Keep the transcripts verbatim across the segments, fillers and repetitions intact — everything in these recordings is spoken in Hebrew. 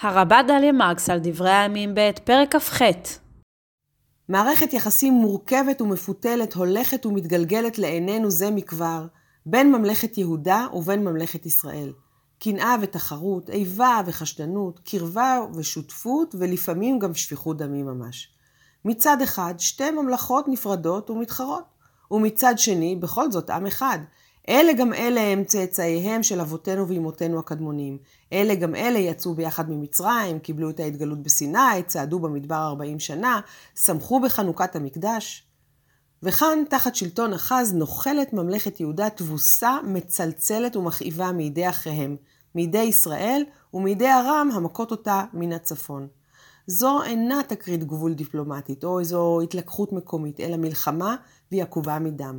הרבה דליה מרקס על דברי הימים ב' פרק כ"ח. מערכת יחסים מורכבת ומפותלת הולכת ומתגלגלת לעינינו זה מכבר, בין ממלכת יהודה ובין ממלכת ישראל. קנאה ותחרות, איבה וחשדנות, קרבה ושותפות ולפעמים גם שפיכות דמים ממש. מצד אחד שתי ממלכות נפרדות ומתחרות, ומצד שני בכל זאת עם אחד. אלה גם אלה הם צאצאיהם של אבותינו ואימותינו הקדמונים. אלה גם אלה יצאו ביחד ממצרים, קיבלו את ההתגלות בסיני, צעדו במדבר ארבעים שנה, שמחו בחנוכת המקדש. וכאן תחת שלטון אחז נוחלת ממלכת יהודה תבוסה מצלצלת ומכאיבה מידי אחיהם, מידי ישראל ומידי ארם המכות אותה מן הצפון. זו אינה תקרית גבול דיפלומטית או איזו התלקחות מקומית, אלא מלחמה והיא עקובה מדם.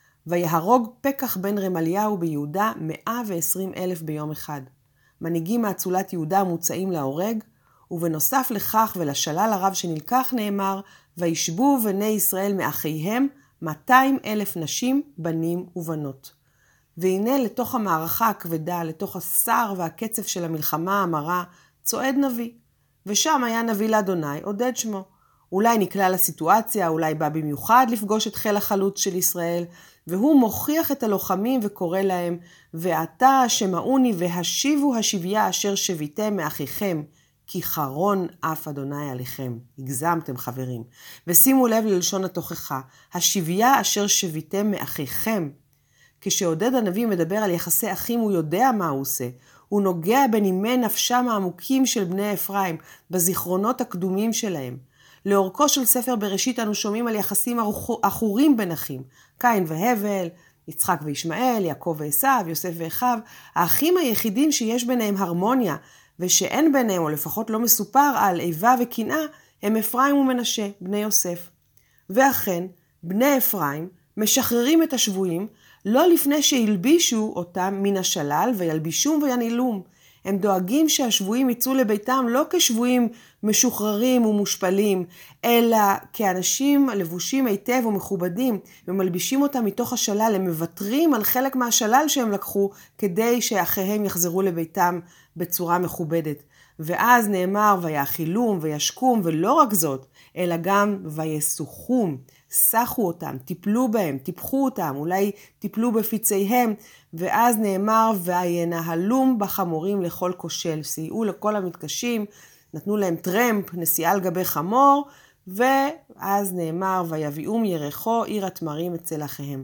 ויהרוג פקח בן רמליהו ביהודה מאה ועשרים אלף ביום אחד. מנהיגים מאצולת יהודה מוצאים להורג, ובנוסף לכך ולשלל הרב שנלקח נאמר, וישבו בני ישראל מאחיהם מאתיים אלף נשים, בנים ובנות. והנה לתוך המערכה הכבדה, לתוך הסער והקצף של המלחמה המרה, צועד נביא. ושם היה נביא לאדוני, עודד שמו. אולי נקלע לסיטואציה, אולי בא במיוחד לפגוש את חיל החלוץ של ישראל, והוא מוכיח את הלוחמים וקורא להם, ועתה שמעוני והשיבו השביה אשר שביתם מאחיכם, כי חרון אף אדוני עליכם. הגזמתם חברים. ושימו לב ללשון התוכחה, השביה אשר שביתם מאחיכם. כשעודד הנביא מדבר על יחסי אחים הוא יודע מה הוא עושה. הוא נוגע בנימי נפשם העמוקים של בני אפרים, בזיכרונות הקדומים שלהם. לאורכו של ספר בראשית אנו שומעים על יחסים עכורים בין אחים, קין והבל, יצחק וישמעאל, יעקב ועשיו, יוסף ואחיו, האחים היחידים שיש ביניהם הרמוניה, ושאין ביניהם, או לפחות לא מסופר על איבה וקנאה, הם אפרים ומנשה, בני יוסף. ואכן, בני אפרים משחררים את השבויים, לא לפני שהלבישו אותם מן השלל וילבישום וינעילום. הם דואגים שהשבויים יצאו לביתם לא כשבויים משוחררים ומושפלים, אלא כאנשים לבושים היטב ומכובדים, ומלבישים אותם מתוך השלל, הם מוותרים על חלק מהשלל שהם לקחו, כדי שאחיהם יחזרו לביתם בצורה מכובדת. ואז נאמר ויאכילום וישקום, ולא רק זאת, אלא גם ויסוחום, סחו אותם, טיפלו בהם, טיפחו אותם, אולי טיפלו בפיציהם, ואז נאמר וינהלום בחמורים לכל כושל, סייעו לכל המתקשים, נתנו להם טרמפ, נסיעה על גבי חמור, ואז נאמר ויביאום ירחו עיר התמרים אצל אחיהם.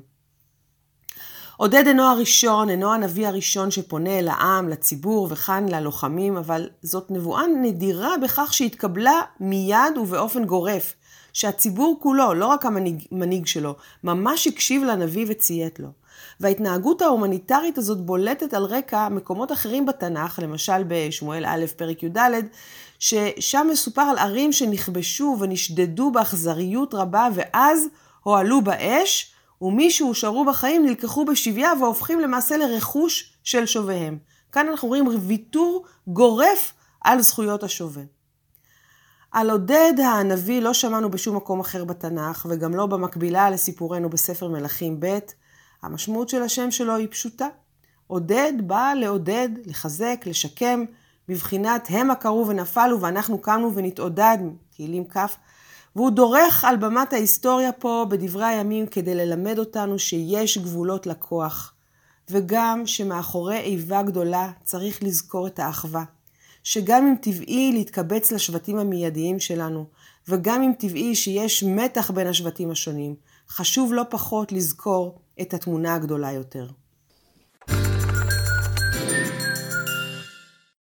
עודד אינו הראשון, אינו הנביא הראשון שפונה אל העם, לציבור וכאן ללוחמים, אבל זאת נבואה נדירה בכך שהתקבלה מיד ובאופן גורף, שהציבור כולו, לא רק המנהיג שלו, ממש הקשיב לנביא וציית לו. וההתנהגות ההומניטרית הזאת בולטת על רקע מקומות אחרים בתנ"ך, למשל בשמואל א' פרק י"ד, ששם מסופר על ערים שנכבשו ונשדדו באכזריות רבה, ואז הועלו באש, ומי שהושארו בחיים נלקחו בשביה והופכים למעשה לרכוש של שוביהם. כאן אנחנו רואים ויתור גורף על זכויות השווה. על עודד הנביא לא שמענו בשום מקום אחר בתנ"ך, וגם לא במקבילה לסיפורנו בספר מלכים ב'. המשמעות של השם שלו היא פשוטה. עודד בא לעודד, לחזק, לשקם, בבחינת הם הקרו ונפלו ואנחנו קמנו ונתעודד, תהילים כ', והוא דורך על במת ההיסטוריה פה בדברי הימים כדי ללמד אותנו שיש גבולות לכוח, וגם שמאחורי איבה גדולה צריך לזכור את האחווה. שגם אם טבעי להתקבץ לשבטים המיידיים שלנו, וגם אם טבעי שיש מתח בין השבטים השונים, חשוב לא פחות לזכור את התמונה הגדולה יותר.